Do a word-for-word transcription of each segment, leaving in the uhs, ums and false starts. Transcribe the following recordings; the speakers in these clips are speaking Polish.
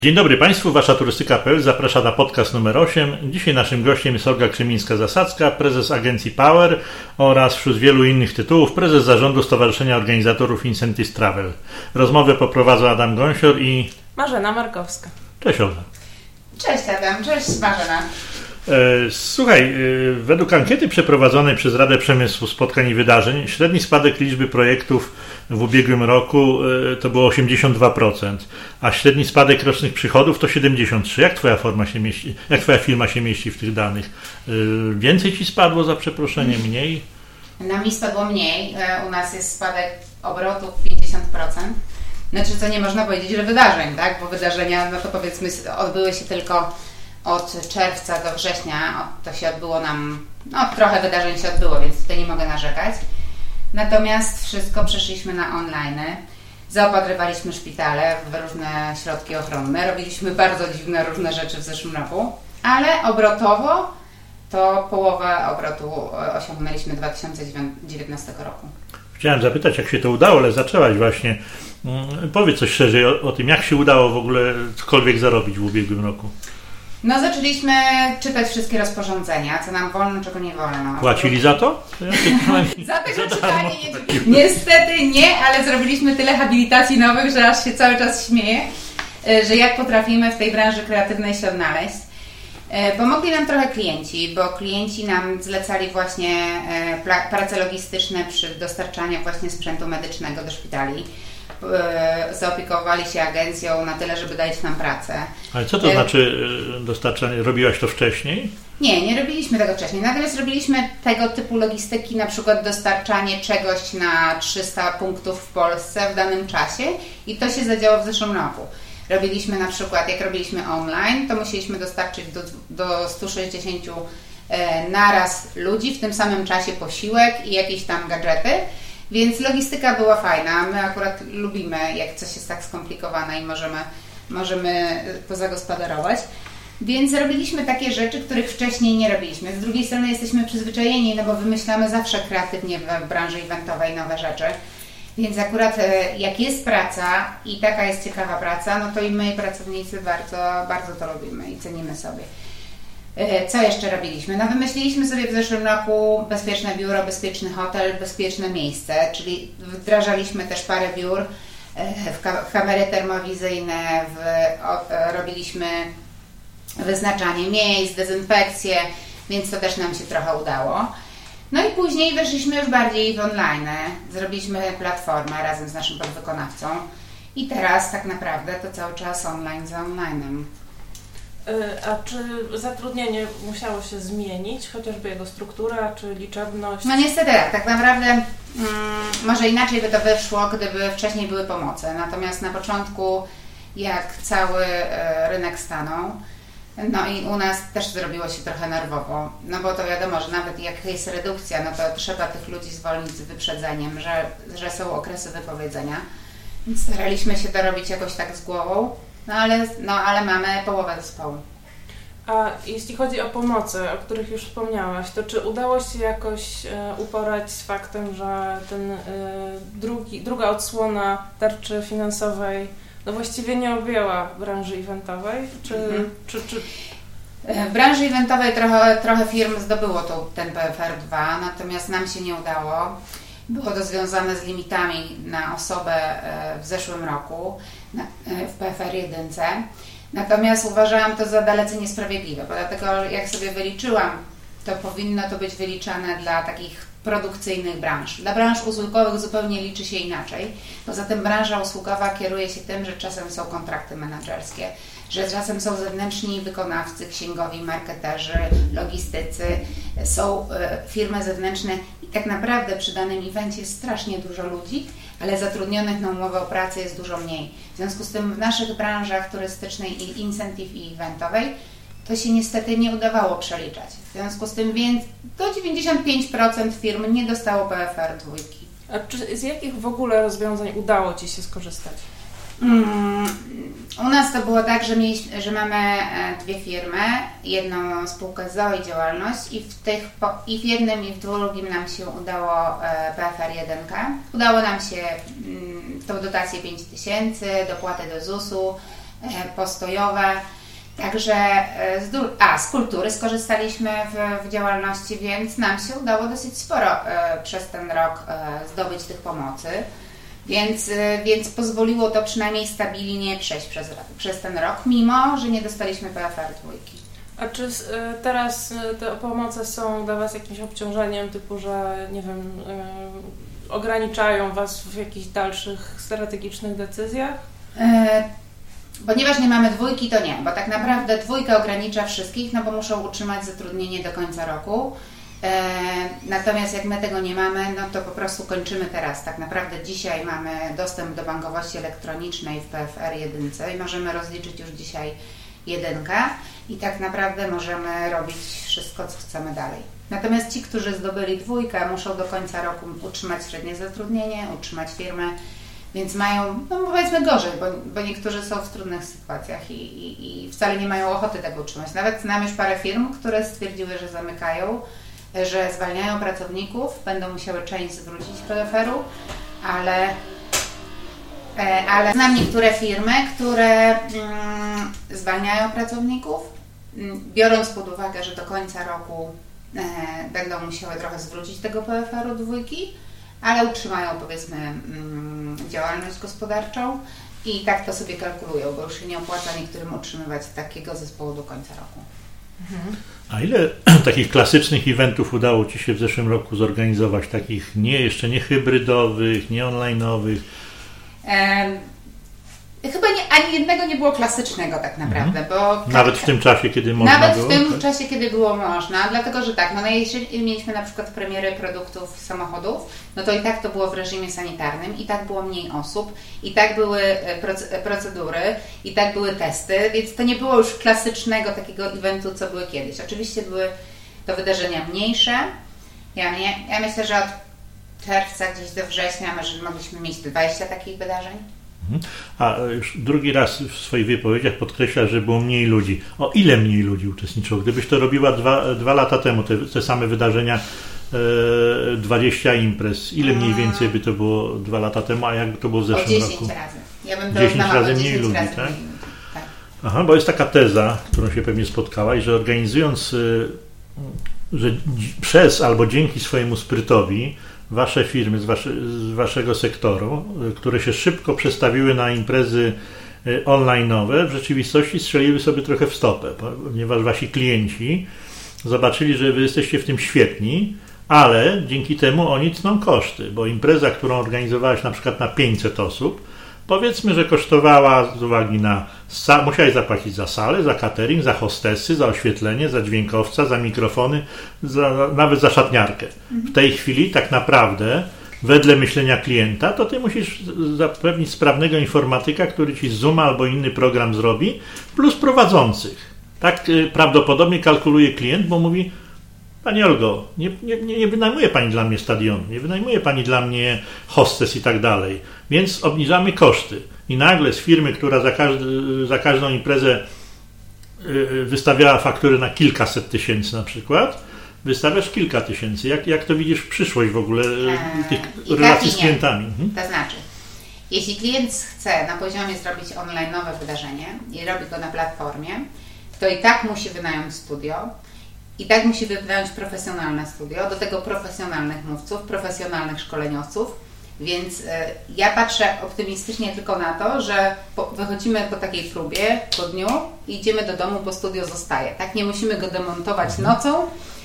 Dzień dobry Państwu, Wasza Turystyka kropka p l zaprasza na podcast numer osiem. Dzisiaj naszym gościem jest Olga Krzymińska-Zasadzka, prezes agencji Power oraz wśród wielu innych tytułów prezes zarządu Stowarzyszenia Organizatorów Incentives Travel. Rozmowę poprowadzą Adam Gąsior i Marzena Markowska. Cześć Olga. Cześć Adam, cześć Marzena. Słuchaj, według ankiety przeprowadzonej przez Radę Przemysłu Spotkań i Wydarzeń średni spadek liczby projektów w ubiegłym roku to było osiemdziesiąt dwa procent, a średni spadek rocznych przychodów to siedemdziesiąt trzy procent. Jak twoja forma się mieści, jak twoja firma się mieści w tych danych? Więcej ci spadło, za przeproszenie, mniej? Na mi spadło mniej. U nas jest spadek obrotów pięćdziesiąt procent. Znaczy, co nie można powiedzieć, że wydarzeń, tak? Bo wydarzenia, no to powiedzmy, odbyły się tylko od czerwca do września. To się odbyło nam, no trochę wydarzeń się odbyło, więc tutaj nie mogę narzekać. Natomiast wszystko przeszliśmy na online. Zaopatrywaliśmy szpitale w różne środki ochronne. Robiliśmy bardzo dziwne różne rzeczy w zeszłym roku. Ale obrotowo to połowę obrotu osiągnęliśmy dwa tysiące dziewiętnastego roku. Chciałem zapytać, jak się to udało, ale zaczęłaś właśnie. Powiedz coś szerzej o, o tym, jak się udało w ogóle cokolwiek zarobić w ubiegłym roku. No zaczęliśmy czytać wszystkie rozporządzenia, co nam wolno, czego nie wolno. Płacili za to? Za tego czytanie nie. Niestety nie, ale zrobiliśmy tyle habilitacji nowych, że aż się cały czas śmieję, że jak potrafimy w tej branży kreatywnej się odnaleźć. Pomogli nam trochę klienci, bo klienci nam zlecali właśnie prace logistyczne przy dostarczaniu właśnie sprzętu medycznego do szpitali. Zaopiekowali się agencją na tyle, żeby dać nam pracę. Ale co to znaczy dostarczanie? Robiłaś to wcześniej? Nie, nie robiliśmy tego wcześniej. Natomiast robiliśmy tego typu logistyki, na przykład dostarczanie czegoś na trzysta punktów w Polsce w danym czasie i to się zadziało w zeszłym roku. Robiliśmy na przykład, jak robiliśmy online, to musieliśmy dostarczyć do, do stu sześćdziesięciu e, naraz ludzi, w tym samym czasie posiłek i jakieś tam gadżety. Więc logistyka była fajna. My akurat lubimy, jak coś jest tak skomplikowane i możemy, możemy to zagospodarować. Więc robiliśmy takie rzeczy, których wcześniej nie robiliśmy. Z drugiej strony jesteśmy przyzwyczajeni, no bo wymyślamy zawsze kreatywnie w branży eventowej nowe rzeczy. Więc akurat jak jest praca i taka jest ciekawa praca, no to i my pracownicy bardzo, bardzo to lubimy i cenimy sobie. Co jeszcze robiliśmy? No wymyśliliśmy sobie w zeszłym roku bezpieczne biuro, bezpieczny hotel, bezpieczne miejsce, czyli wdrażaliśmy też parę biur, w kamery termowizyjne, w, o, robiliśmy wyznaczanie miejsc, dezynfekcję, więc to też nam się trochę udało. No i później weszliśmy już bardziej w online, zrobiliśmy platformę razem z naszym podwykonawcą i teraz tak naprawdę to cały czas online za online'em. A czy zatrudnienie musiało się zmienić, chociażby jego struktura, czy liczebność? No niestety tak, tak naprawdę mm, może inaczej by to wyszło, gdyby wcześniej były pomoce. Natomiast na początku, jak cały e, rynek stanął, no i u nas też zrobiło się trochę nerwowo, no bo to wiadomo, że nawet jak jest redukcja, no to trzeba tych ludzi zwolnić z wyprzedzeniem, że, że są okresy wypowiedzenia. Więc staraliśmy się to robić jakoś tak z głową. No ale, no ale mamy połowę zespołu. A jeśli chodzi o pomoce, o których już wspomniałaś, to czy udało się jakoś e, uporać z faktem, że ten e, drugi, druga odsłona tarczy finansowej no właściwie nie objęła branży eventowej? Czy, mhm. czy, czy... W branży eventowej trochę, trochę firm zdobyło to, ten P F R dwa, natomiast nam się nie udało. Było to związane z limitami na osobę w zeszłym roku w P F R jeden. Natomiast uważałam to za dalece niesprawiedliwe, bo dlatego jak sobie wyliczyłam, to powinno to być wyliczane dla takich produkcyjnych branż. Dla branż usługowych zupełnie liczy się inaczej. Poza tym branża usługowa kieruje się tym, że czasem są kontrakty menedżerskie, że czasem są zewnętrzni wykonawcy, księgowi, marketerzy, logistycy, są firmy zewnętrzne i tak naprawdę przy danym evencie jest strasznie dużo ludzi, ale zatrudnionych na umowę o pracę jest dużo mniej. W związku z tym w naszych branżach turystycznej i incentive i eventowej to się niestety nie udawało przeliczać. W związku z tym więc do dziewięćdziesiąt pięć procent firm nie dostało P F R dwa. A czy z jakich w ogóle rozwiązań udało Ci się skorzystać? Mm, u nas to było tak, że, mieliśmy, że mamy dwie firmy, jedną spółkę z o o i działalność i w, tych, i w jednym i w drugim nam się udało P F R jeden. Udało nam się mm, tą dotację pięć tysięcy, dopłatę do zusu, postojowe. Także z, a, z kultury skorzystaliśmy w, w działalności, więc nam się udało dosyć sporo e, przez ten rok e, zdobyć tych pomocy, więc, e, więc pozwoliło to przynajmniej stabilnie przejść przez, przez ten rok, mimo że nie dostaliśmy P F R dwójki. A czy e, teraz te pomoce są dla Was jakimś obciążeniem, typu, że nie wiem, e, ograniczają Was w jakichś dalszych strategicznych decyzjach? E, Ponieważ nie mamy dwójki, to nie, bo tak naprawdę dwójka ogranicza wszystkich, no bo muszą utrzymać zatrudnienie do końca roku. E, natomiast jak my tego nie mamy, no to po prostu kończymy teraz. Tak naprawdę dzisiaj mamy dostęp do bankowości elektronicznej w P F R jeden i możemy rozliczyć już dzisiaj jedynkę i tak naprawdę możemy robić wszystko, co chcemy dalej. Natomiast ci, którzy zdobyli dwójkę, muszą do końca roku utrzymać średnie zatrudnienie, utrzymać firmę, więc mają, no powiedzmy gorzej, bo, bo niektórzy są w trudnych sytuacjach i, i, i wcale nie mają ochoty tego utrzymać. Nawet znam już parę firm, które stwierdziły, że zamykają, że zwalniają pracowników, będą musiały część zwrócić P F R-u, ale, ale znam niektóre firmy, które mm, zwalniają pracowników, biorąc pod uwagę, że do końca roku e, będą musiały trochę zwrócić tego P F R-u dwójki, ale utrzymają powiedzmy mm, działalność gospodarczą i tak to sobie kalkulują, bo już się nie opłaca niektórym utrzymywać takiego zespołu do końca roku. Mhm. A ile takich klasycznych eventów udało Ci się w zeszłym roku zorganizować? Takich nie, jeszcze nie hybrydowych, nie online'owych? Um, Chyba nie, ani jednego nie było klasycznego tak naprawdę, mhm. bo... Nawet w tym czasie, kiedy można Nawet było? w tym tak? czasie, kiedy było można, dlatego, że tak, no jeżeli mieliśmy na przykład premiery produktów samochodów, no to i tak to było w reżimie sanitarnym, i tak było mniej osób, i tak były procedury, i tak były testy, więc to nie było już klasycznego takiego eventu, co były kiedyś. Oczywiście były to wydarzenia mniejsze. Ja, nie, ja myślę, że od czerwca gdzieś do września może mogliśmy mieć dwadzieścia takich wydarzeń. A już drugi raz w swoich wypowiedziach podkreśla, że było mniej ludzi. O ile mniej ludzi uczestniczyło? Gdybyś to robiła dwa, dwa lata temu, te, te same wydarzenia, e, dwadzieścia imprez, ile mniej więcej by to było dwa lata temu, a jak to było w zeszłym o dziesięć roku? razy. Ja bym dziesięć razy mniej ludzi, razy tak? mniej ludzi, tak? Aha, bo jest taka teza, którą się pewnie spotkałaś, że organizując, że przez albo dzięki swojemu sprytowi Wasze firmy z, wasze, z Waszego sektoru, które się szybko przestawiły na imprezy online'owe, w rzeczywistości strzeliły sobie trochę w stopę, ponieważ Wasi klienci zobaczyli, że Wy jesteście w tym świetni, ale dzięki temu oni tną koszty, bo impreza, którą organizowałeś na przykład na pięćset osób, powiedzmy, że kosztowała z uwagi na... Musiałeś zapłacić za salę, za catering, za hostessy, za oświetlenie, za dźwiękowca, za mikrofony, za, nawet za szatniarkę. W tej chwili tak naprawdę, wedle myślenia klienta, to Ty musisz zapewnić sprawnego informatyka, który Ci Zoom albo inny program zrobi, plus prowadzących. Tak prawdopodobnie kalkuluje klient, bo mówi: Pani Olgo, nie, nie, nie wynajmuje Pani dla mnie stadionu, nie wynajmuje Pani dla mnie hostes i tak dalej, więc obniżamy koszty. I nagle z firmy, która za, każdy, za każdą imprezę wystawiała faktury na kilkaset tysięcy na przykład, wystawiasz kilka tysięcy. Jak, jak to widzisz w przyszłość w ogóle tych eee, relacji z klientami? Mhm. To znaczy, jeśli klient chce na poziomie zrobić online'owe wydarzenie i robi go na platformie, to i tak musi wynająć studio, i tak musi wynająć profesjonalne studio, do tego profesjonalnych mówców, profesjonalnych szkoleniowców, więc y, ja patrzę optymistycznie tylko na to, że po, wychodzimy po takiej próbie, po dniu i idziemy do domu, bo studio zostaje. Tak, nie musimy go demontować nocą y,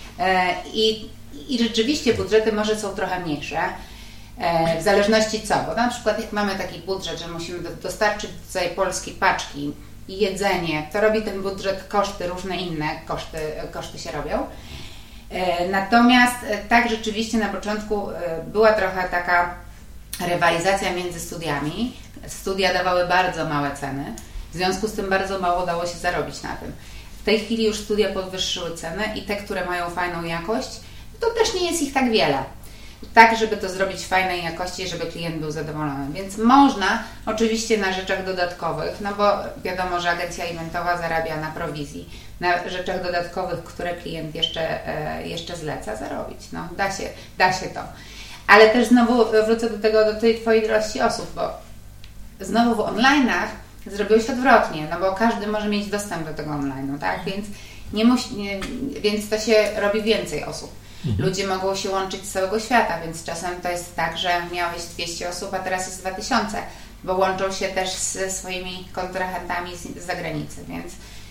i, i rzeczywiście budżety może są trochę mniejsze, y, w zależności co, bo na przykład jak mamy taki budżet, że musimy do, dostarczyć z całej Polski paczki i jedzenie, to robi ten budżet koszty, różne inne koszty, koszty się robią. Natomiast tak rzeczywiście na początku była trochę taka rywalizacja między studiami. Studia dawały bardzo małe ceny, w związku z tym bardzo mało dało się zarobić na tym. W tej chwili już studia podwyższyły cenę i te, które mają fajną jakość, to też nie jest ich tak wiele. Tak, żeby to zrobić w fajnej jakości, żeby klient był zadowolony. Więc można oczywiście na rzeczach dodatkowych, no bo wiadomo, że agencja eventowa zarabia na prowizji, na rzeczach dodatkowych, które klient jeszcze, e, jeszcze zleca, zarobić. No, da się, da się to. Ale też znowu wrócę do tego, do tej Twojej ilości osób, bo znowu w online'ach zrobiło się odwrotnie, no bo każdy może mieć dostęp do tego online, tak? Więc, nie musi, nie, więc to się robi więcej osób. Mhm. Ludzie mogą się łączyć z całego świata, więc czasem to jest tak, że miałeś dwieście osób, a teraz jest dwa tysiące, bo łączą się też ze swoimi kontrahentami z, z zagranicy, więc,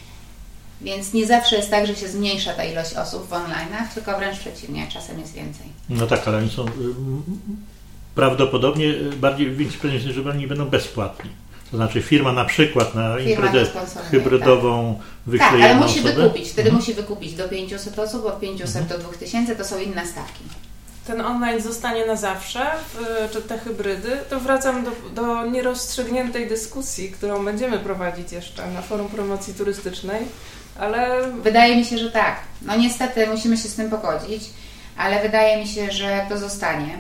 więc nie zawsze jest tak, że się zmniejsza ta ilość osób w online'ach, tylko wręcz przeciwnie, czasem jest więcej. No tak, ale oni są y, prawdopodobnie bardziej więcej pewnie, że oni będą bezpłatni. To znaczy firma na przykład na firma imprezę hybrydową tak. wyśle Tak, ale musi osobę. wykupić, wtedy mhm. musi wykupić do pięciuset osób, od pięciuset mhm. do dwóch tysięcy, to są inne stawki. Ten online zostanie na zawsze, czy te hybrydy, to wracam do, do nierozstrzygniętej dyskusji, którą będziemy prowadzić jeszcze na forum promocji turystycznej, ale... Wydaje mi się, że tak. No niestety musimy się z tym pogodzić, ale wydaje mi się, że to zostanie.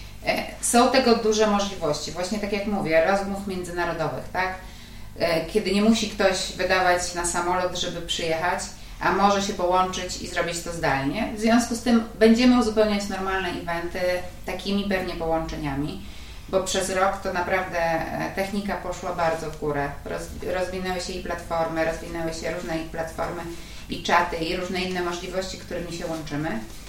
Są tego duże możliwości, właśnie tak jak mówię, rozmów międzynarodowych, tak? Kiedy nie musi ktoś wydawać na samolot, żeby przyjechać, a może się połączyć i zrobić to zdalnie. W związku z tym będziemy uzupełniać normalne eventy takimi pewnie połączeniami, bo przez rok to naprawdę technika poszła bardzo w górę. Rozwinęły się i platformy, rozwinęły się różne i platformy i czaty i różne inne możliwości, którymi się łączymy.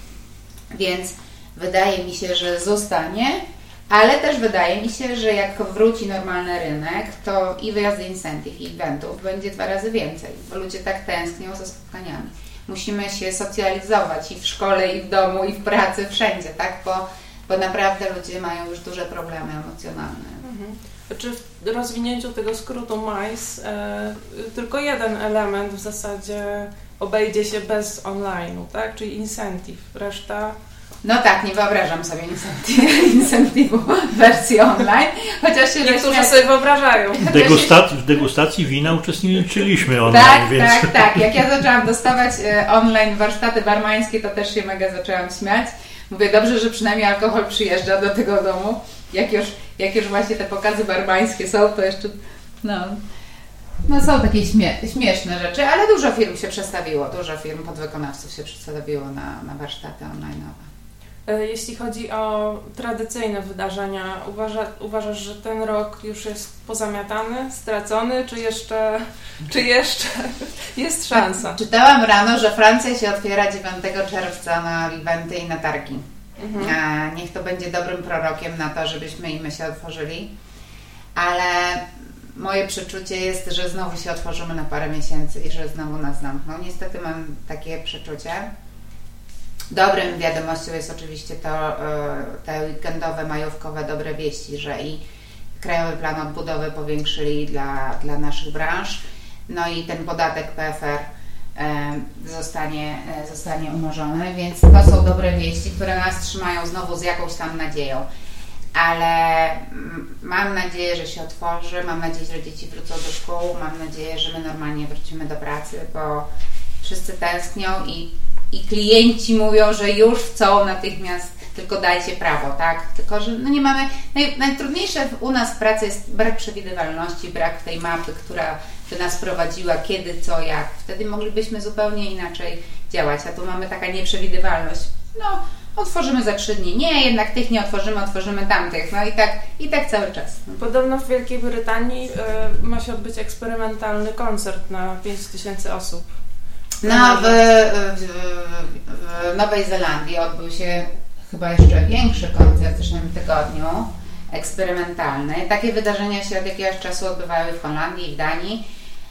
Więc wydaje mi się, że zostanie, ale też wydaje mi się, że jak wróci normalny rynek, to i wyjazdy incentive, i eventów będzie dwa razy więcej, bo ludzie tak tęsknią za spotkaniami. Musimy się socjalizować i w szkole, i w domu, i w pracy, wszędzie, tak? Bo, bo naprawdę ludzie mają już duże problemy emocjonalne. Mhm. Czy w rozwinięciu tego skrótu M A I S e, tylko jeden element w zasadzie obejdzie się bez online'u, tak? Czyli incentive, reszta... No tak, nie wyobrażam sobie incentywu w wersji online, chociaż się niektórzy sobie wyobrażają. W, degusta- w degustacji wina uczestniczyliśmy online, tak, więc... Tak, tak, jak ja zaczęłam dostawać online warsztaty barmańskie, to też się mega zaczęłam śmiać. Mówię, dobrze, że przynajmniej alkohol przyjeżdża do tego domu. Jak już, jak już właśnie te pokazy barmańskie są, to jeszcze... No, no są takie śmie- śmieszne rzeczy, ale dużo firm się przestawiło, dużo firm podwykonawców się przestawiło na, na warsztaty online'owe. Jeśli chodzi o tradycyjne wydarzenia, uważa, uważasz, że ten rok już jest pozamiatany, stracony, czy jeszcze, czy jeszcze jest szansa? Czytałam rano, że Francja się otwiera dziewiątego czerwca na eventy i na targi. Mhm. Niech to będzie dobrym prorokiem na to, żebyśmy i my się otworzyli. Ale moje przeczucie jest, że znowu się otworzymy na parę miesięcy i że znowu nas zamkną. Niestety mam takie przeczucie. Dobrym wiadomością jest oczywiście to te weekendowe, majówkowe dobre wieści, że i Krajowy Plan Odbudowy powiększyli dla, dla naszych branż, no i ten podatek P F R zostanie, zostanie umorzony, więc to są dobre wieści, które nas trzymają znowu z jakąś tam nadzieją. Ale mam nadzieję, że się otworzy, mam nadzieję, że dzieci wrócą do szkół, mam nadzieję, że my normalnie wrócimy do pracy, bo wszyscy tęsknią i I klienci mówią, że już chcą natychmiast, tylko dajcie prawo, tak? Tylko, że no nie mamy... Naj, najtrudniejsze u nas w pracy jest brak przewidywalności, brak tej mapy, która by nas prowadziła, kiedy, co, jak. Wtedy moglibyśmy zupełnie inaczej działać, a tu mamy taka nieprzewidywalność. No, otworzymy za trzy dni. Nie, jednak tych nie otworzymy, otworzymy tamtych. No i tak, i tak cały czas. Podobno w Wielkiej Brytanii y, ma się odbyć eksperymentalny koncert na pięć tysięcy osób. No, w, w, w Nowej Zelandii odbył się chyba jeszcze większy koncert w zeszłym tygodniu, eksperymentalny. Takie wydarzenia się od jakiegoś czasu odbywały w Holandii i w Danii.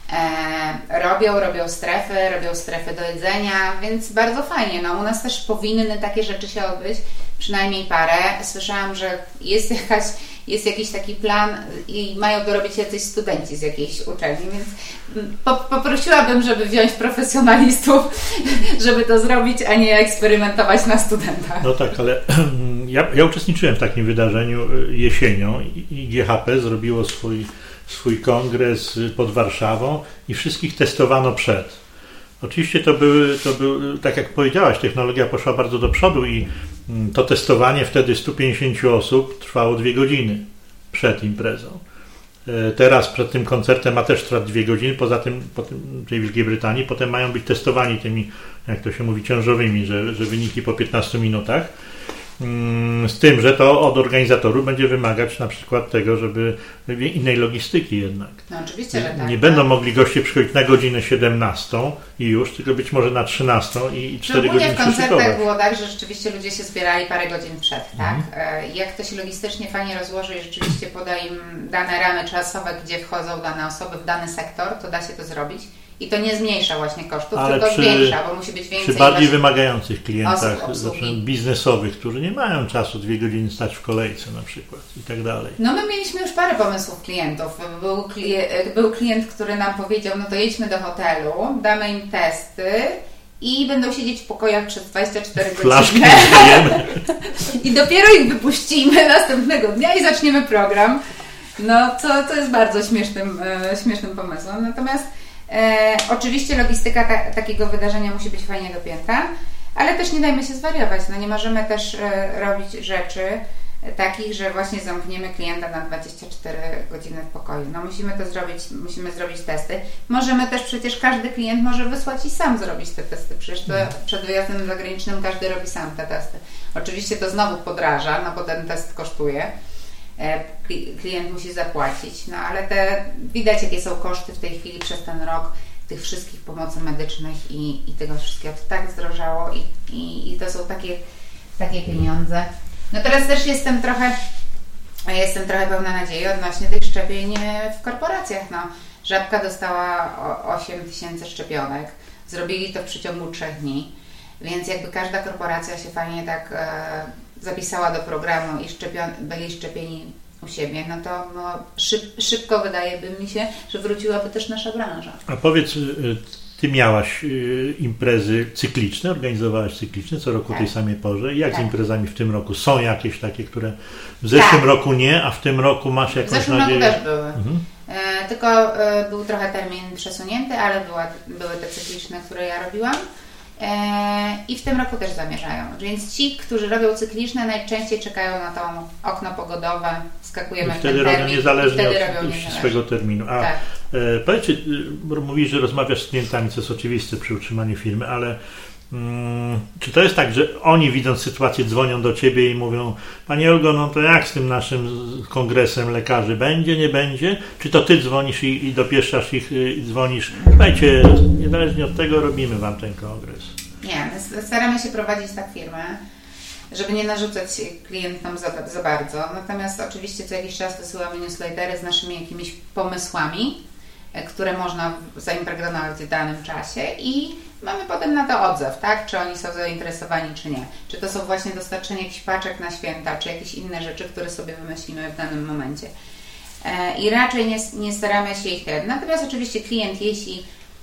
E, robią, robią strefy, robią strefy do jedzenia, więc bardzo fajnie. No, u nas też powinny takie rzeczy się odbyć, przynajmniej parę. Słyszałam, że jest jakaś jest jakiś taki plan i mają to robić jacyś studenci z jakiejś uczelni, więc po, poprosiłabym, żeby wziąć profesjonalistów, żeby to zrobić, a nie eksperymentować na studentach. No tak, ale ja, ja uczestniczyłem w takim wydarzeniu jesienią i G H P zrobiło swój, swój kongres pod Warszawą i wszystkich testowano przed. Oczywiście to były, to był, tak jak powiedziałaś, technologia poszła bardzo do przodu i to testowanie wtedy stu pięćdziesięciu osób trwało dwie godziny przed imprezą. Teraz przed tym koncertem ma też trwać dwie godziny, poza tym, po tym tej Wielkiej Brytanii, potem mają być testowani tymi, jak to się mówi, ciążowymi, że, że wyniki po piętnastu minutach. z tym, że to od organizatorów będzie wymagać na przykład tego, żeby innej logistyki jednak. No oczywiście, że tak. Nie będą mogli goście przychodzić na godzinę siedemnastą i już, tylko być może na trzynastą i cztery godziny w koncertach przyszykować. było tak, że rzeczywiście ludzie się zbierali parę godzin przed, tak? Mhm. Jak to się logistycznie fajnie rozłoży i rzeczywiście poda im dane ramy czasowe, gdzie wchodzą dane osoby w dany sektor, to da się to zrobić. I to nie zmniejsza właśnie kosztów, ale tylko przy, zwiększa, bo musi być więcej. Przy bardziej wymagających klientach, osób, biznesowych, którzy nie mają czasu dwie godziny stać w kolejce na przykład i tak dalej. No my mieliśmy już parę pomysłów klientów. Był klient, był klient, który nam powiedział, no to jedźmy do hotelu, damy im testy i będą siedzieć w pokojach przez dwadzieścia cztery godziny. I dopiero ich wypuścimy następnego dnia i zaczniemy program. No to, to jest bardzo śmiesznym, e, śmiesznym pomysłem. Natomiast E, oczywiście logistyka ta, takiego wydarzenia musi być fajnie dopięta, ale też nie dajmy się zwariować. No nie możemy też e, robić rzeczy e, takich, że właśnie zamkniemy klienta na dwadzieścia cztery godziny w pokoju. No musimy to zrobić, musimy zrobić testy. Możemy też przecież, każdy klient może wysłać i sam zrobić te testy. Przecież to przed wyjazdem zagranicznym każdy robi sam te testy. Oczywiście to znowu podraża, no bo ten test kosztuje. Klient musi zapłacić, no ale te, widać jakie są koszty w tej chwili przez ten rok tych wszystkich pomocy medycznych i, i tego wszystkiego. To tak zdrożało i, i, i to są takie, takie pieniądze. No teraz też jestem trochę jestem trochę pełna nadziei odnośnie tych szczepień w korporacjach. No, Żabka dostała osiem tysięcy szczepionek, zrobili to w przeciągu trzech dni, więc jakby każda korporacja się fajnie tak e, zapisała do programu i szczepion, byli szczepieni u siebie, no to no, szyb, szybko wydaje by mi się, że wróciłaby też nasza branża. A powiedz, ty miałaś imprezy cykliczne, organizowałaś cykliczne co roku o tak. tej samej porze. Jak tak. z imprezami w tym roku? Są jakieś takie, które w zeszłym tak. roku nie, a w tym roku masz jakąś nadzieję? W zeszłym nadzieję? roku też były. Mhm. E, tylko e, był trochę termin przesunięty, ale była, były te cykliczne, które ja robiłam. I w tym roku też zamierzają. Więc ci, którzy robią cykliczne, najczęściej czekają na to okno pogodowe, skakujemy I wtedy w ten termin robią niezależnie i wtedy od robią niezależnie. swego terminu. A tak. e, powiedz, mówisz, że rozmawiasz z klientami, co jest oczywiste przy utrzymaniu firmy, ale mm, czy to jest tak, że oni widząc sytuację dzwonią do Ciebie i mówią: Pani Olgo, no to jak z tym naszym kongresem lekarzy? Będzie, nie będzie? Czy to Ty dzwonisz i, i dopieszczasz ich i dzwonisz? Słuchajcie, niezależnie od tego robimy Wam ten kongres. Nie, my staramy się prowadzić tak firmę, żeby nie narzucać klientom za, za bardzo. Natomiast oczywiście co jakiś czas wysyłamy newslettery z naszymi jakimiś pomysłami, które można zaimpregnować w danym czasie i mamy potem na to odzew, tak? Czy oni są zainteresowani, czy nie. Czy to są właśnie dostarczenie jakichś paczek na święta, czy jakieś inne rzeczy, które sobie wymyślimy w danym momencie. I raczej nie, nie staramy się ich... Natomiast oczywiście klient, jeśli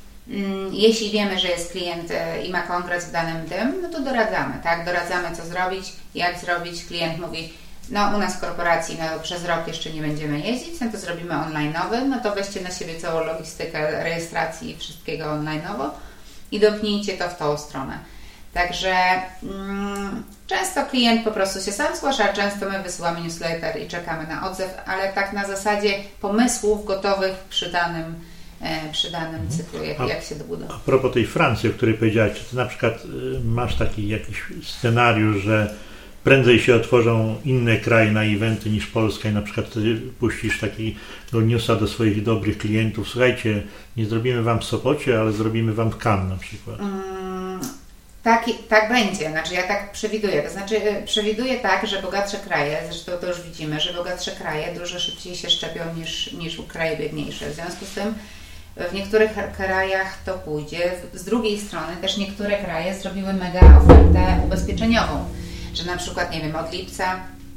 Jeśli wiemy, że jest klient i ma kongres w danym tym, no to doradzamy, tak? Doradzamy, co zrobić, jak zrobić. Klient mówi, no u nas w korporacji no, przez rok jeszcze nie będziemy jeździć, no to zrobimy online'owy, no to weźcie na siebie całą logistykę rejestracji i wszystkiego online'owo i dopnijcie to w tą stronę. Także mm, często klient po prostu się sam zgłasza, a często my wysyłamy newsletter i czekamy na odzew, ale tak na zasadzie pomysłów gotowych przy danym przy danym cyklu, jak, a, jak się dobuda. A propos tej Francji, o której powiedziałaś, czy ty na przykład masz taki jakiś scenariusz, że prędzej się otworzą inne kraje na eventy niż Polska i na przykład ty puścisz takiego newsa do swoich dobrych klientów: słuchajcie, nie zrobimy wam w Sopocie, ale zrobimy wam w Cannes na przykład. Mm, tak, tak będzie, znaczy ja tak przewiduję, to znaczy przewiduję tak, że bogatsze kraje, zresztą to już widzimy, że bogatsze kraje dużo szybciej się szczepią niż, niż kraje biedniejsze, w związku z tym w niektórych krajach to pójdzie. Z drugiej strony też niektóre kraje zrobiły mega ofertę ubezpieczeniową, że na przykład, nie wiem, od lipca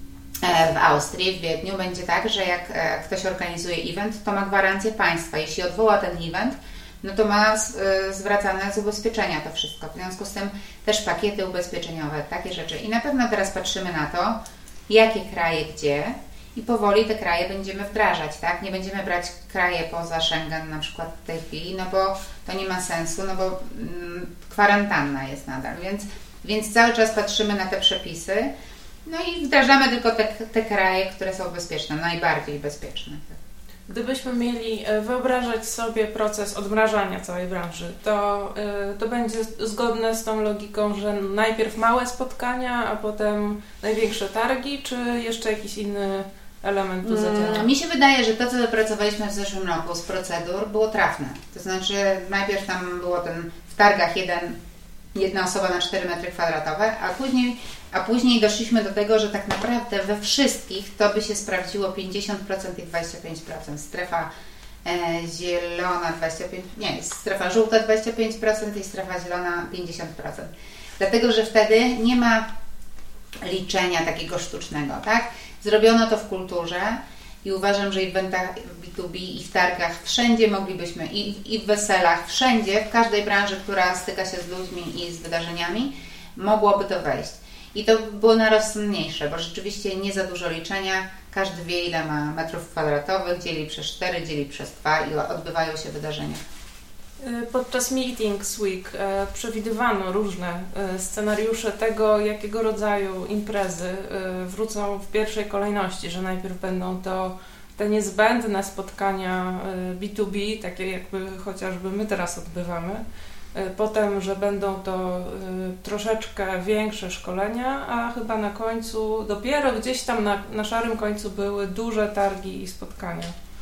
w Austrii, w Wiedniu będzie tak, że jak ktoś organizuje event, to ma gwarancję państwa. Jeśli odwoła ten event, no to ma zwracane z ubezpieczenia to wszystko. W związku z tym też pakiety ubezpieczeniowe, takie rzeczy. I na pewno teraz patrzymy na to, jakie kraje gdzie, i powoli te kraje będziemy wdrażać, tak? Nie będziemy brać kraje poza Schengen na przykład w tej chwili, no bo to nie ma sensu, no bo mm, kwarantanna jest nadal, więc, więc cały czas patrzymy na te przepisy, no i wdrażamy tylko te, te kraje, które są bezpieczne, najbardziej bezpieczne. Gdybyśmy mieli wyobrażać sobie proces odmrażania całej branży, to, to będzie zgodne z tą logiką, że najpierw małe spotkania, a potem największe targi, czy jeszcze jakiś inny element tu zadziała? Hmm, mi się wydaje, że to, co wypracowaliśmy w zeszłym roku z procedur, było trafne. To znaczy najpierw tam było ten w targach jeden, jedna osoba na cztery metry kwadratowe, a później A później doszliśmy do tego, że tak naprawdę we wszystkich to by się sprawdziło pięćdziesiąt procent i dwadzieścia pięć procent. Strefa e, zielona dwadzieścia pięć procent, nie, strefa żółta dwadzieścia pięć procent i strefa zielona pięćdziesiąt procent. Dlatego, że wtedy nie ma liczenia takiego sztucznego, tak? Zrobiono to w kulturze i uważam, że i w eventach B dwa B i w targach wszędzie moglibyśmy, i, i w weselach, wszędzie, w każdej branży, która styka się z ludźmi i z wydarzeniami, mogłoby to wejść. I to było najrozsądniejsze, bo rzeczywiście nie za dużo liczenia. Każdy wie, ile ma metrów kwadratowych, dzieli przez cztery, dzieli przez dwa i odbywają się wydarzenia. Podczas Meetings Week przewidywano różne scenariusze tego, jakiego rodzaju imprezy wrócą w pierwszej kolejności, że najpierw będą to te niezbędne spotkania B dwa B, takie jakby chociażby my teraz odbywamy. Potem, że będą to y, troszeczkę większe szkolenia, a chyba na końcu, dopiero gdzieś tam na, na szarym końcu były duże targi i spotkania.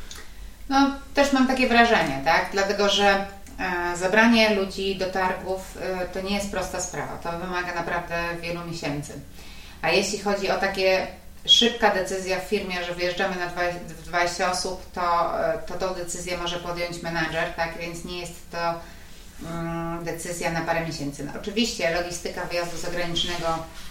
No, też mam takie wrażenie, tak? Dlatego, że e, zabranie ludzi do targów e, to nie jest prosta sprawa. To wymaga naprawdę wielu miesięcy. A jeśli chodzi o takie szybka decyzja w firmie, że wyjeżdżamy na dwadzieścia osób, to, e, to tą decyzję może podjąć menadżer, tak? Więc nie jest to decyzja na parę miesięcy. No, oczywiście logistyka wyjazdu zagranicznego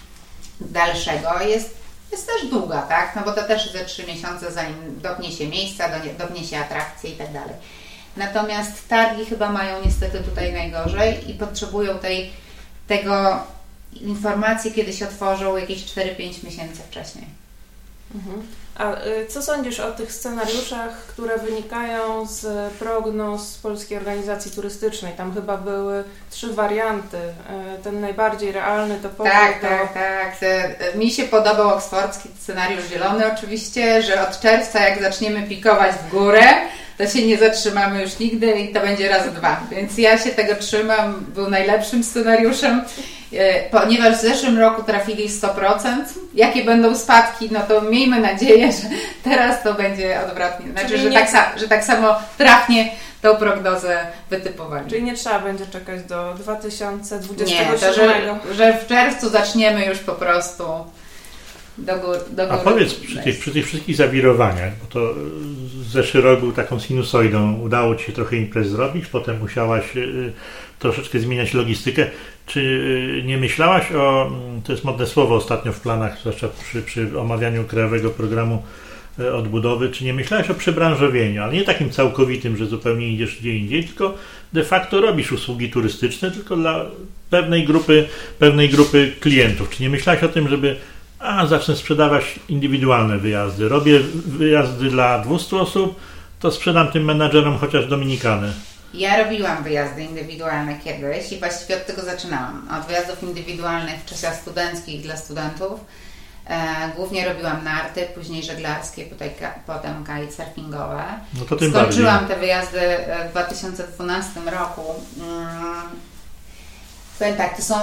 dalszego jest, jest też długa, tak? No bo to też ze trzy miesiące, zanim dopnie się miejsca, dopnie się atrakcje i tak dalej. Natomiast targi chyba mają niestety tutaj najgorzej i potrzebują tej, tego informacji, kiedy się otworzą jakieś cztery pięć miesięcy wcześniej. Mhm. A co sądzisz o tych scenariuszach, które wynikają z prognoz Polskiej Organizacji Turystycznej? Tam chyba były trzy warianty. Ten najbardziej realny to powrót Tak, do... tak, tak. Mi się podobał oksfordzki scenariusz zielony oczywiście, że od czerwca jak zaczniemy pikować w górę, to się nie zatrzymamy już nigdy i to będzie razy dwa. Więc ja się tego trzymam, był najlepszym scenariuszem. Ponieważ w zeszłym roku trafili sto procent, jakie będą spadki, no to miejmy nadzieję, że teraz to będzie odwrotnie. Znaczy, że, nie... tak, że tak samo trafnie tą prognozę wytypowali. Czyli nie trzeba będzie czekać do dwa tysiące dwudziestego siódmego. Nie, to, że, że w czerwcu zaczniemy już po prostu do góry. Do góry. A powiedz, przy tych, przy tych wszystkich zawirowaniach, bo to zeszły rok był taką sinusoidą, udało Ci się trochę imprez zrobić, potem musiałaś y, troszeczkę zmieniać logistykę. Czy y, nie myślałaś o, to jest modne słowo ostatnio w planach, zwłaszcza przy, przy omawianiu krajowego programu y, odbudowy, czy nie myślałaś o przebranżowieniu, ale nie takim całkowitym, że zupełnie idziesz gdzie indziej, tylko de facto robisz usługi turystyczne, tylko dla pewnej grupy, pewnej grupy klientów. Czy nie myślałaś o tym, żeby a zacznę sprzedawać indywidualne wyjazdy. Robię wyjazdy dla dwieście osób, to sprzedam tym menadżerom chociaż Dominikanę. Ja robiłam wyjazdy indywidualne kiedyś i właściwie od tego zaczynałam. Od wyjazdów indywidualnych w czasach studenckich dla studentów. E, głównie robiłam narty, później żeglarskie, potem, potem kitesurfingowe. No to tym Skończyłam bardziej. te wyjazdy w dwa tysiące dwunastym roku. Hmm. Powiem tak, to są...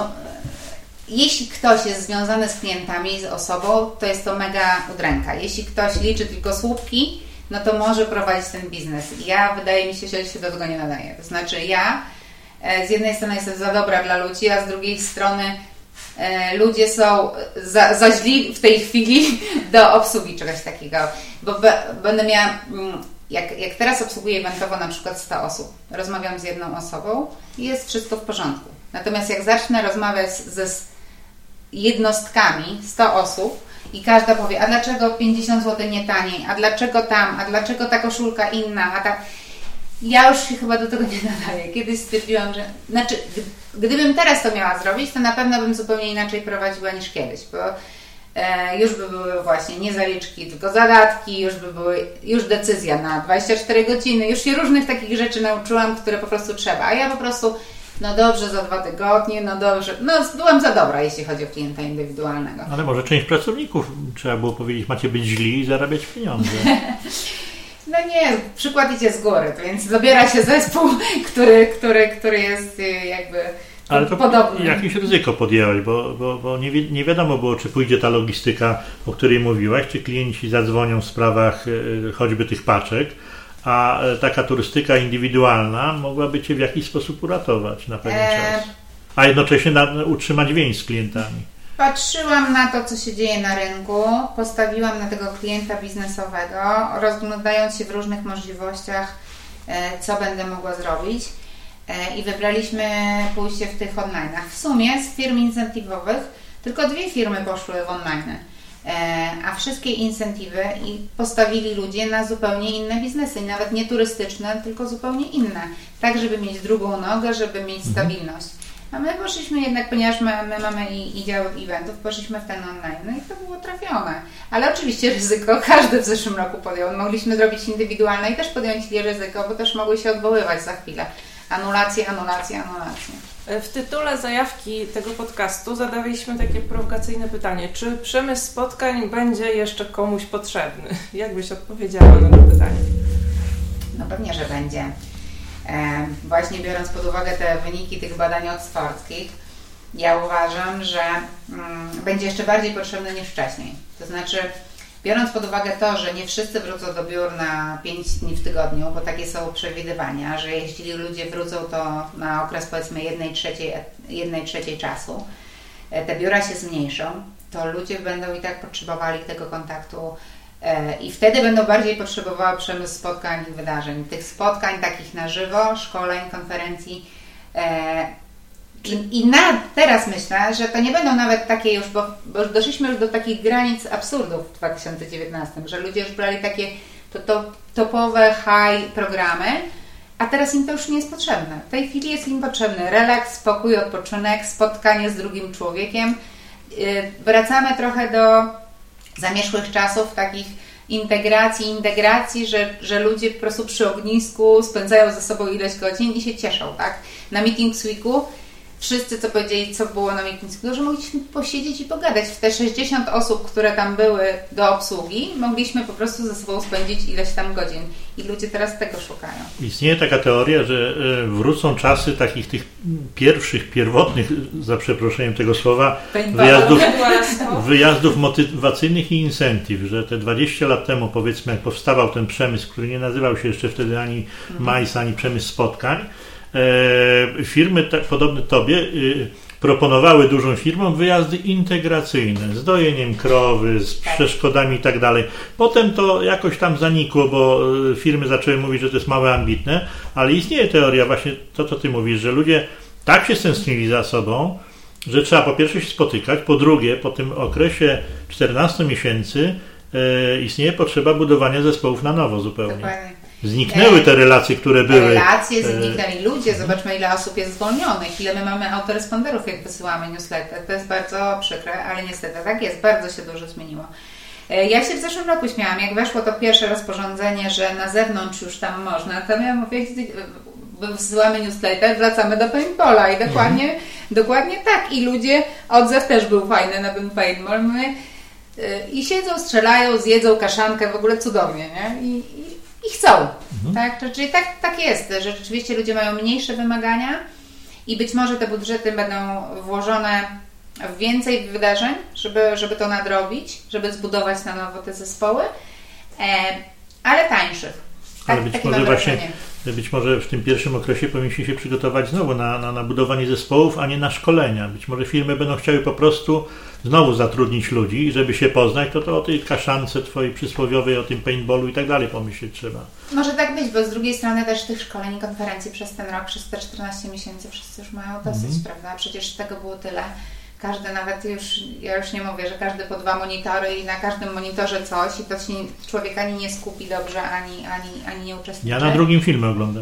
Jeśli ktoś jest związany z klientami, z osobą, to jest to mega udręka. Jeśli ktoś liczy tylko słupki, no to może prowadzić ten biznes. Ja, wydaje mi się, że się do tego nie nadaję. To znaczy ja z jednej strony jestem za dobra dla ludzi, a z drugiej strony e, ludzie są za, za źli w tej chwili do obsługi czegoś takiego. Bo be, będę miała, jak, jak teraz obsługuję eventowo na przykład sto osób, rozmawiam z jedną osobą i jest wszystko w porządku. Natomiast jak zacznę rozmawiać ze jednostkami, sto osób i każda powie, a dlaczego pięćdziesiąt złotych nie taniej, a dlaczego tam, a dlaczego ta koszulka inna, a ta... Ja już się chyba do tego nie nadaję. Kiedyś stwierdziłam, że... Znaczy, gdybym teraz to miała zrobić, to na pewno bym zupełnie inaczej prowadziła niż kiedyś, bo e, już by były właśnie nie zaliczki, tylko zadatki, już by były, już decyzja na dwadzieścia cztery godziny, już się różnych takich rzeczy nauczyłam, które po prostu trzeba, a ja po prostu no dobrze, za dwa tygodnie, no dobrze. No byłam za dobra, jeśli chodzi o klienta indywidualnego. Ale może część pracowników, trzeba było powiedzieć, macie być źli i zarabiać pieniądze. No nie, przykład idzie z góry, więc dobiera się zespół, który, który, który jest jakby Ale to podobny. Jakieś ryzyko podjęłaś, bo, bo, bo nie, wi- nie wiadomo było, czy pójdzie ta logistyka, o której mówiłaś, czy klienci zadzwonią w sprawach e, choćby tych paczek, a e, taka turystyka indywidualna mogłaby Cię w jakiś sposób uratować na pewien Eee. czas. A jednocześnie na, utrzymać więź z klientami. Patrzyłam na to, co się dzieje na rynku, postawiłam na tego klienta biznesowego, rozglądając się w różnych możliwościach, co będę mogła zrobić i wybraliśmy pójście w tych online'ach. W sumie z firm incentywowych tylko dwie firmy poszły w online, a wszystkie incentywy i postawili ludzie na zupełnie inne biznesy, nawet nie turystyczne, tylko zupełnie inne, tak żeby mieć drugą nogę, żeby mieć stabilność. A my poszliśmy jednak, ponieważ my, my mamy i, i dział eventów, poszliśmy w ten online, no i to było trafione. Ale oczywiście ryzyko każdy w zeszłym roku podjął. Mogliśmy zrobić indywidualne i też podjąć ryzyko, bo też mogły się odwoływać za chwilę. Anulacje, anulacje, anulacje. W tytule zajawki tego podcastu zadawaliśmy takie prowokacyjne pytanie. Czy przemysł spotkań będzie jeszcze komuś potrzebny? Jak byś odpowiedziała na to pytanie? No pewnie, że będzie. Właśnie biorąc pod uwagę te wyniki tych badań oksfordzkich, ja uważam, że mm, będzie jeszcze bardziej potrzebny niż wcześniej. To znaczy, biorąc pod uwagę to, że nie wszyscy wrócą do biur na pięć dni w tygodniu, bo takie są przewidywania, że jeśli ludzie wrócą to na okres powiedzmy jednej trzeciej, jednej trzeciej czasu, te biura się zmniejszą, to ludzie będą i tak potrzebowali tego kontaktu i wtedy będą bardziej potrzebowały przemysł spotkań i wydarzeń. Tych spotkań takich na żywo, szkoleń, konferencji. I, i na, teraz myślę, że to nie będą nawet takie już, bo, bo doszliśmy już do takich granic absurdów w dwa tysiące dziewiętnastym, że ludzie już brali takie to, to, topowe high programy, a teraz im to już nie jest potrzebne. W tej chwili jest im potrzebny relaks, spokój, odpoczynek, spotkanie z drugim człowiekiem. Wracamy trochę do zamierzchłych czasów, takich integracji, integracji, że, że ludzie po prostu przy ognisku spędzają ze sobą ileś godzin i się cieszą, tak? Na Meetings Weeku wszyscy, co powiedzieli, co było na Meetings Weeku, że mogliśmy posiedzieć i pogadać. W te sześćdziesiąt osób, które tam były do obsługi, mogliśmy po prostu ze sobą spędzić ileś tam godzin. I ludzie teraz tego szukają. Istnieje taka teoria, że wrócą czasy takich tych pierwszych, pierwotnych, za przeproszeniem tego słowa, wyjazdów, wyjazdów motywacyjnych i incentyw, że te dwadzieścia lat temu, powiedzmy, jak powstawał ten przemysł, który nie nazywał się jeszcze wtedy ani M A I S, ani przemysł spotkań, e, firmy te, podobne Tobie e, proponowały dużym firmom wyjazdy integracyjne z dojeniem krowy, z przeszkodami i tak dalej. Potem to jakoś tam zanikło, bo firmy zaczęły mówić, że to jest małe, ambitne, ale istnieje teoria właśnie to, co Ty mówisz, że ludzie tak się stęsknili za sobą, że trzeba po pierwsze się spotykać, po drugie po tym okresie czternastu miesięcy e, istnieje potrzeba budowania zespołów na nowo zupełnie. Dokładnie. Zniknęły te relacje, które były. Relacje, zniknęli ludzie. Zobaczmy, ile osób jest zwolnionych, ile my mamy autoresponderów, jak wysyłamy newsletter. To jest bardzo przykre, ale niestety tak jest. Bardzo się dużo zmieniło. Ja się w zeszłym roku śmiałam, jak weszło to pierwsze rozporządzenie, że na zewnątrz już tam można, to miałam powiedzieć, wysyłamy newsletter, wracamy do paintballa i dokładnie, mhm. dokładnie tak. I ludzie, odzew też był fajny na ten paintball. My, i siedzą, strzelają, zjedzą kaszankę, w ogóle cudownie, nie? I, i I chcą, mhm. tak? Czyli tak, tak jest, że rzeczywiście ludzie mają mniejsze wymagania i być może te budżety będą włożone w więcej wydarzeń, żeby, żeby to nadrobić, żeby zbudować na nowo te zespoły, e, ale tańszych. Tak, ale być może właśnie, być może w tym pierwszym okresie powinniśmy się przygotować znowu na, na, na budowanie zespołów, a nie na szkolenia. Być może firmy będą chciały po prostu znowu zatrudnić ludzi i żeby się poznać, to to o tej kaszance twojej przysłowiowej, o tym paintballu i tak dalej pomyśleć trzeba. Może tak być, bo z drugiej strony też tych szkoleń i konferencji przez ten rok, przez te czternaście miesięcy wszyscy już mają dosyć, mm. prawda? Przecież tego było tyle. Każdy nawet już, ja już nie mówię, że każdy po dwa monitory i na każdym monitorze coś i to się człowiek ani nie skupi dobrze, ani, ani, ani nie uczestniczy. Ja na drugim filmie oglądam.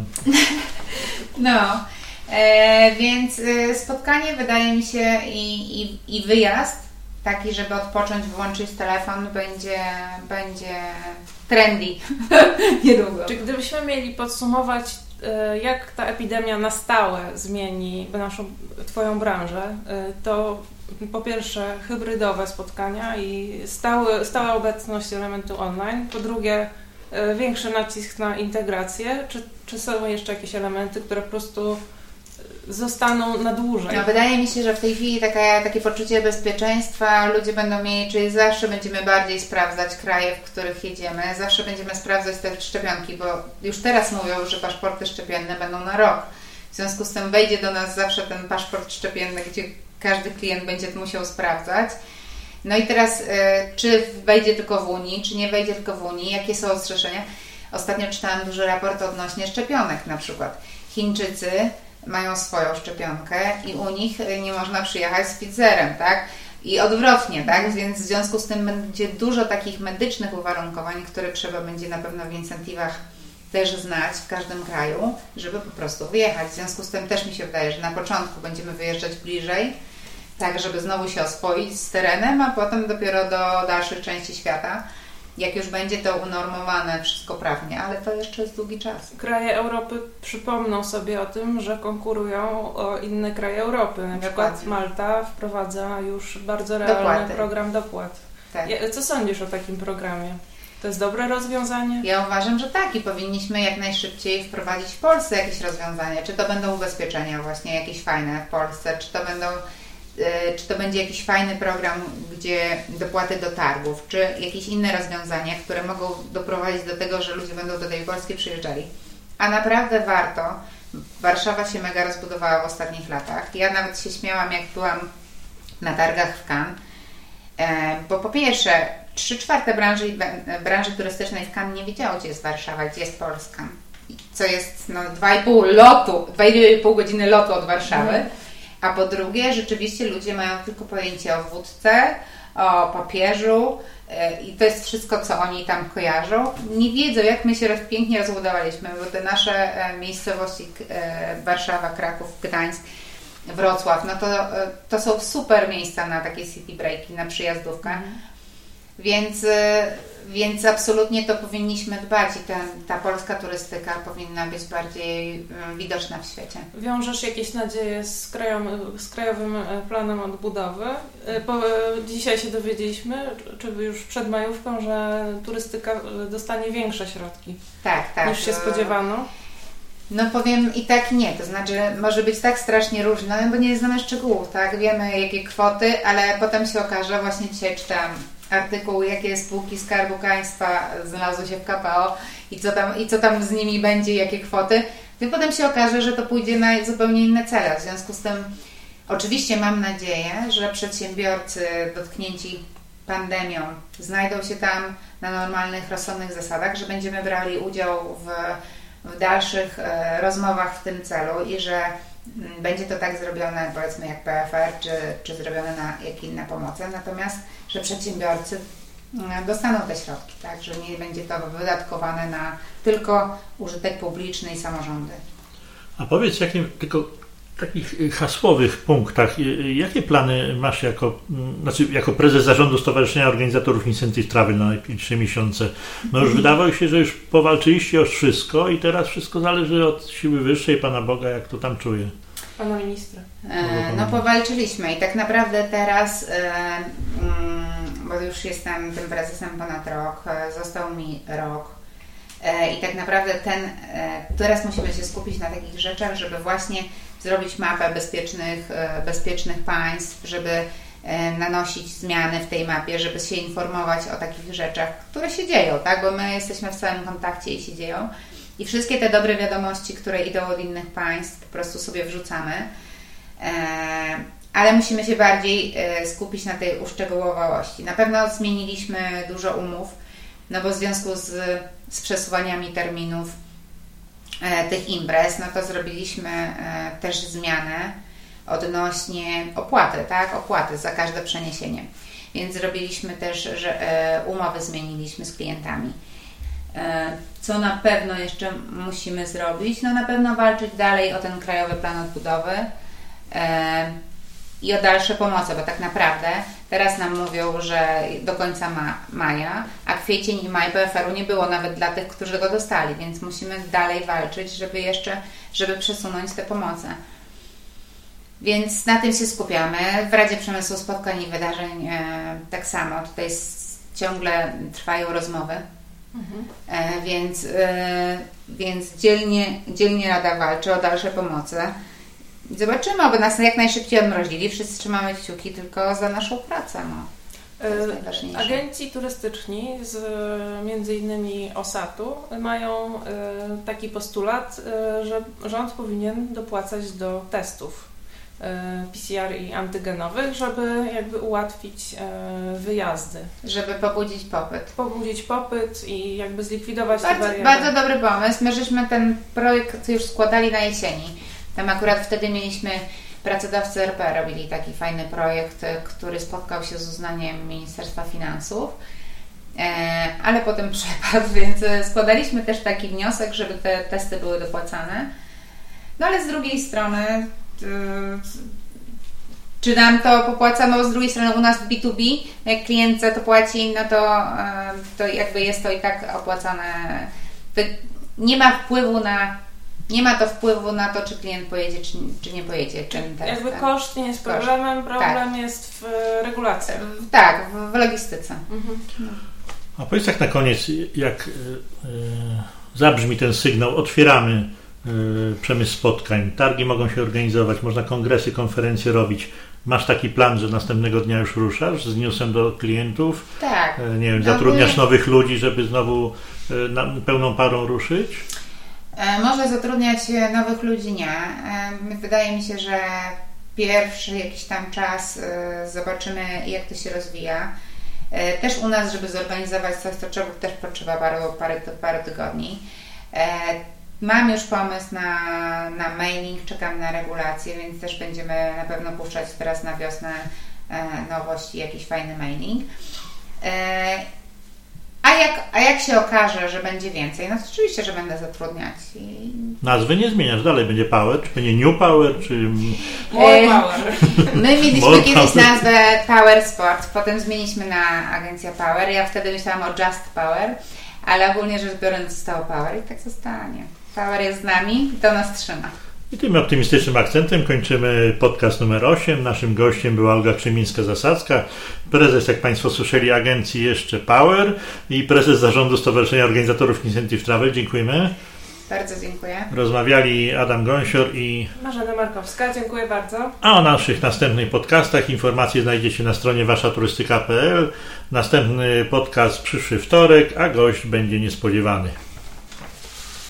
No, e, więc e, spotkanie wydaje mi się i, i, i wyjazd taki, żeby odpocząć, wyłączyć telefon, będzie, będzie trendy niedługo. Czy gdybyśmy mieli podsumować, jak ta epidemia na stałe zmieni naszą, Twoją branżę, to po pierwsze hybrydowe spotkania i stały, stała obecność elementu online, po drugie większy nacisk na integrację, czy, czy są jeszcze jakieś elementy, które po prostu zostaną na dłużej? No, wydaje mi się, że w tej chwili taka, takie poczucie bezpieczeństwa ludzie będą mieli, czyli zawsze będziemy bardziej sprawdzać kraje, w których jedziemy, zawsze będziemy sprawdzać te szczepionki, bo już teraz mówią, że paszporty szczepienne będą na rok. W związku z tym wejdzie do nas zawsze ten paszport szczepienny, gdzie każdy klient będzie musiał sprawdzać. No i teraz, y, czy wejdzie tylko w Unii, czy nie wejdzie tylko w Unii, jakie są ostrzeżenia? Ostatnio czytałam duży raport odnośnie szczepionek na przykład. Chińczycy mają swoją szczepionkę i u nich nie można przyjechać z Pfizerem, tak? I odwrotnie, tak? Więc w związku z tym będzie dużo takich medycznych uwarunkowań, które trzeba będzie na pewno w incentywach też znać w każdym kraju, żeby po prostu wyjechać. W związku z tym też mi się wydaje, że na początku będziemy wyjeżdżać bliżej, tak żeby znowu się oswoić z terenem, a potem dopiero do dalszych części świata, jak już będzie to unormowane wszystko prawnie, ale to jeszcze jest długi czas. Kraje Europy przypomną sobie o tym, że konkurują o inne kraje Europy. Na Dokładnie. przykład Malta wprowadza już bardzo realny Dokładnie. program dopłat. Tak. Co sądzisz o takim programie? To jest dobre rozwiązanie? Ja uważam, że tak i powinniśmy jak najszybciej wprowadzić w Polsce jakieś rozwiązania. Czy to będą ubezpieczenia właśnie jakieś fajne w Polsce, czy to będą czy to będzie jakiś fajny program, gdzie dopłaty do targów, czy jakieś inne rozwiązania, które mogą doprowadzić do tego, że ludzie będą do tej Polski przyjeżdżali. A naprawdę warto. Warszawa się mega rozbudowała w ostatnich latach. Ja nawet się śmiałam, jak byłam na targach w Cannes, bo po pierwsze trzy czwarte branży, branży turystycznej w Cannes nie wiedziało, gdzie jest Warszawa, gdzie jest Polska. Co jest no, dwa i pół lotu, dwa i pół godziny lotu od Warszawy. Mm. A po drugie, rzeczywiście ludzie mają tylko pojęcie o wódce, o papieżu yy, i to jest wszystko, co oni tam kojarzą. Nie wiedzą, jak my się roz, pięknie rozbudowaliśmy, bo te nasze e, miejscowości e, Warszawa, Kraków, Gdańsk, Wrocław, no to, e, to są super miejsca na takie city breaki, na przyjazdówkę. Mm. Więc, e, więc absolutnie to powinniśmy dbać i ta, ta polska turystyka powinna być bardziej widoczna w świecie. Wiążesz jakieś nadzieje z, krajowym, z Krajowym Planem Odbudowy. Po, dzisiaj się dowiedzieliśmy, czy już przed majówką, że turystyka dostanie większe środki tak, tak. niż się spodziewano. No powiem i tak nie, to znaczy może być tak strasznie różne, bo nie znamy szczegółów, tak? Wiemy jakie kwoty, ale potem się okaże, właśnie dzisiaj czytam artykuł, jakie spółki Skarbu Państwa znalazły się w K P O i co tam, i co tam z nimi będzie, jakie kwoty. I potem się okaże, że to pójdzie na zupełnie inne cele. W związku z tym oczywiście mam nadzieję, że przedsiębiorcy dotknięci pandemią znajdą się tam na normalnych, rozsądnych zasadach, że będziemy brali udział w, w dalszych e, rozmowach w tym celu i że m, będzie to tak zrobione, powiedzmy jak P F R, czy, czy zrobione na jak inne pomoce. Natomiast że przedsiębiorcy dostaną te środki, tak, że nie będzie to wydatkowane na tylko użytek publiczny i samorządy. A powiedz, jakim tylko takich hasłowych punktach, jakie plany masz jako, znaczy jako prezes zarządu Stowarzyszenia Organizatorów Incentive Travel na najbliższe miesiące? No już wydawało się, że już powalczyliście o wszystko i teraz wszystko zależy od siły wyższej, Pana Boga, jak to tam czuje. Pana ministra. E, no powalczyliśmy i tak naprawdę teraz, e, mm, bo już jestem tym prezesem ponad rok, e, został mi rok e, i tak naprawdę ten, e, teraz musimy się skupić na takich rzeczach, żeby właśnie zrobić mapę bezpiecznych, e, bezpiecznych państw, żeby e, nanosić zmiany w tej mapie, żeby się informować o takich rzeczach, które się dzieją, tak? Bo my jesteśmy w stałym kontakcie i się dzieją. I wszystkie te dobre wiadomości, które idą od innych państw, po prostu sobie wrzucamy. E, ale musimy się bardziej e, skupić na tej uszczegółowości. Na pewno zmieniliśmy dużo umów, no bo w związku z, z przesuwaniami terminów e, tych imprez, no to zrobiliśmy e, też zmianę odnośnie opłaty, tak? Opłaty za każde przeniesienie. Więc zrobiliśmy też, że e, umowy zmieniliśmy z klientami. Co na pewno jeszcze musimy zrobić? No na pewno walczyć dalej o ten Krajowy Plan Odbudowy e, i o dalsze pomoce, bo tak naprawdę teraz nam mówią, że do końca ma, maja, a kwiecień i maj P F R u nie było nawet dla tych, którzy go dostali, więc musimy dalej walczyć, żeby jeszcze, żeby przesunąć te pomoce. Więc na tym się skupiamy. W Radzie Przemysłu Spotkań i Wydarzeń e, tak samo. Tutaj s- ciągle trwają rozmowy. Mhm. E, więc, e, więc dzielnie, dzielnie Rada walczy o dalsze pomoce. Zobaczymy, aby nas jak najszybciej odmrozili. Wszyscy trzymamy kciuki tylko za naszą pracę. No. Agenci turystyczni z między innymi OSAT-u mają taki postulat, że rząd powinien dopłacać do testów P C R i antygenowych, żeby jakby ułatwić wyjazdy. Żeby pobudzić popyt. Pobudzić popyt i jakby zlikwidować bardzo, te bariery. Bardzo dobry pomysł. My żeśmy ten projekt już składali na jesieni. Tam akurat wtedy mieliśmy pracodawcy R P robili taki fajny projekt, który spotkał się z uznaniem Ministerstwa Finansów, ale potem przepadł, więc składaliśmy też taki wniosek, żeby te testy były dopłacane. No ale z drugiej strony, czy nam to popłaca? No z drugiej strony u nas w B dwa B, jak klient za to płaci, no to, to jakby jest to i tak opłacane. To nie ma wpływu na Nie ma to wpływu na to, czy klient pojedzie, czy, czy nie pojedzie. Czym Jakby koszt nie jest problemem, koszt. problem tak. jest w regulacji. Tak, w, w logistyce. Mhm. No. A powiedz jak na koniec, jak yy, zabrzmi ten sygnał, otwieramy yy, przemysł spotkań, targi mogą się organizować, można kongresy, konferencje robić. Masz taki plan, że następnego dnia już ruszasz z newsem do klientów? Tak. Yy, nie wiem, zatrudniasz nowych ludzi, żeby znowu yy, na, pełną parą ruszyć? Może zatrudniać nowych ludzi nie. Wydaje mi się, że pierwszy jakiś tam czas zobaczymy, jak to się rozwija. Też u nas, żeby zorganizować coś, to trzeba, też potrzeba paru, parę, parę tygodni. Mam już pomysł na, na mailing, czekam na regulacje, więc też będziemy na pewno puszczać teraz na wiosnę nowości, jakiś fajny mailing. A jak, a jak się okaże, że będzie więcej, no to oczywiście, że będę zatrudniać. I... Nazwy nie zmieniasz, dalej będzie Power, czy będzie New Power, czy... More Power. My mieliśmy kiedyś nazwę Power Sport, potem zmieniliśmy na agencja Power. Ja wtedy myślałam o Just Power, ale ogólnie rzecz biorąc zostało Power i tak zostanie. Power jest z nami i to nas trzyma. I tym optymistycznym akcentem kończymy podcast numer osiem. Naszym gościem była Olga Krzymińska-Zasadzka, prezes, jak Państwo słyszeli, agencji jeszcze Power i prezes zarządu Stowarzyszenia Organizatorów Incentive Travel. Dziękujemy. Bardzo dziękuję. Rozmawiali Adam Gąsior i Marzena Markowska. Dziękuję bardzo. A o naszych następnych podcastach informacje znajdziecie na stronie wasza turystyka kropka p l. Następny podcast przyszły wtorek, a gość będzie niespodziewany.